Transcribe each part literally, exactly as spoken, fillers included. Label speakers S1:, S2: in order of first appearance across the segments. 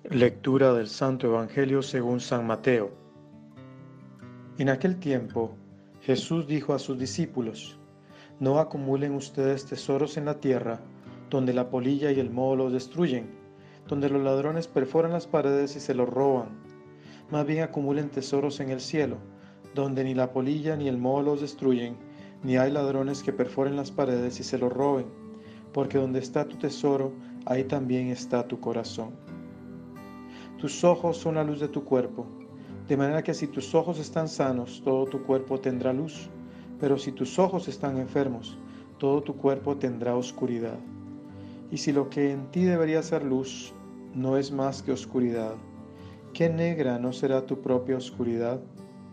S1: Lectura del Santo Evangelio según San Mateo. En aquel tiempo, Jesús dijo a sus discípulos: No acumulen ustedes tesoros en la tierra, donde la polilla y el moho los destruyen, donde los ladrones perforan las paredes y se los roban. Más bien acumulen tesoros en el cielo, donde ni la polilla ni el moho los destruyen, ni hay ladrones que perforen las paredes y se los roben, porque donde está tu tesoro, ahí también está tu corazón. Tus ojos son la luz de tu cuerpo, de manera que si tus ojos están sanos, todo tu cuerpo tendrá luz, pero si tus ojos están enfermos, todo tu cuerpo tendrá oscuridad. Y si lo que en ti debería ser luz no es más que oscuridad, ¿qué negra no será tu propia oscuridad?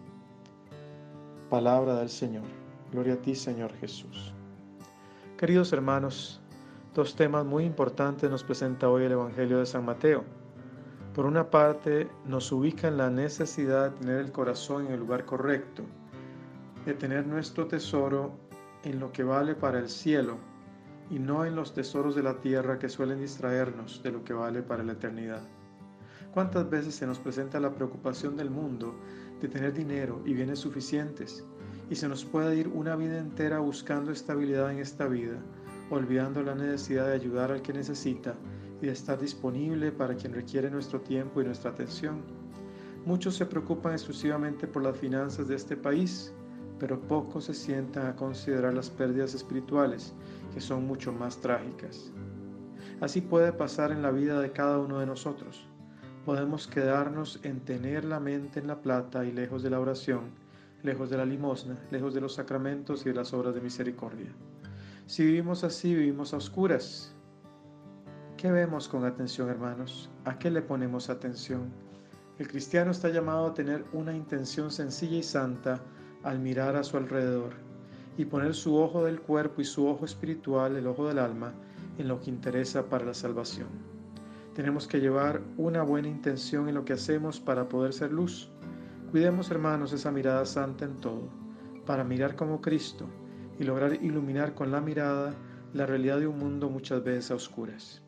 S1: Palabra del Señor. Gloria a ti, Señor Jesús. Queridos hermanos, dos temas muy importantes nos presenta hoy el Evangelio de San Mateo. Por una parte, nos ubica en la necesidad de tener el corazón en el lugar correcto, de tener nuestro tesoro en lo que vale para el cielo y no en los tesoros de la tierra que suelen distraernos de lo que vale para la eternidad. ¿Cuántas veces se nos presenta la preocupación del mundo de tener dinero y bienes suficientes y se nos puede ir una vida entera buscando estabilidad en esta vida, olvidando la necesidad de ayudar al que necesita y de estar disponible para quien requiere nuestro tiempo y nuestra atención? Muchos se preocupan exclusivamente por las finanzas de este país, pero pocos se sientan a considerar las pérdidas espirituales, que son mucho más trágicas. Así puede pasar en la vida de cada uno de nosotros. Podemos quedarnos en tener la mente en la plata y lejos de la oración, lejos de la limosna, lejos de los sacramentos y de las obras de misericordia. Si vivimos así, vivimos a oscuras. ¿Qué vemos con atención, hermanos? ¿A qué le ponemos atención? El cristiano está llamado a tener una intención sencilla y santa al mirar a su alrededor y poner su ojo del cuerpo y su ojo espiritual, el ojo del alma, en lo que interesa para la salvación. Tenemos que llevar una buena intención en lo que hacemos para poder ser luz. Cuidemos, hermanos, esa mirada santa en todo, para mirar como Cristo y lograr iluminar con la mirada la realidad de un mundo muchas veces a oscuras.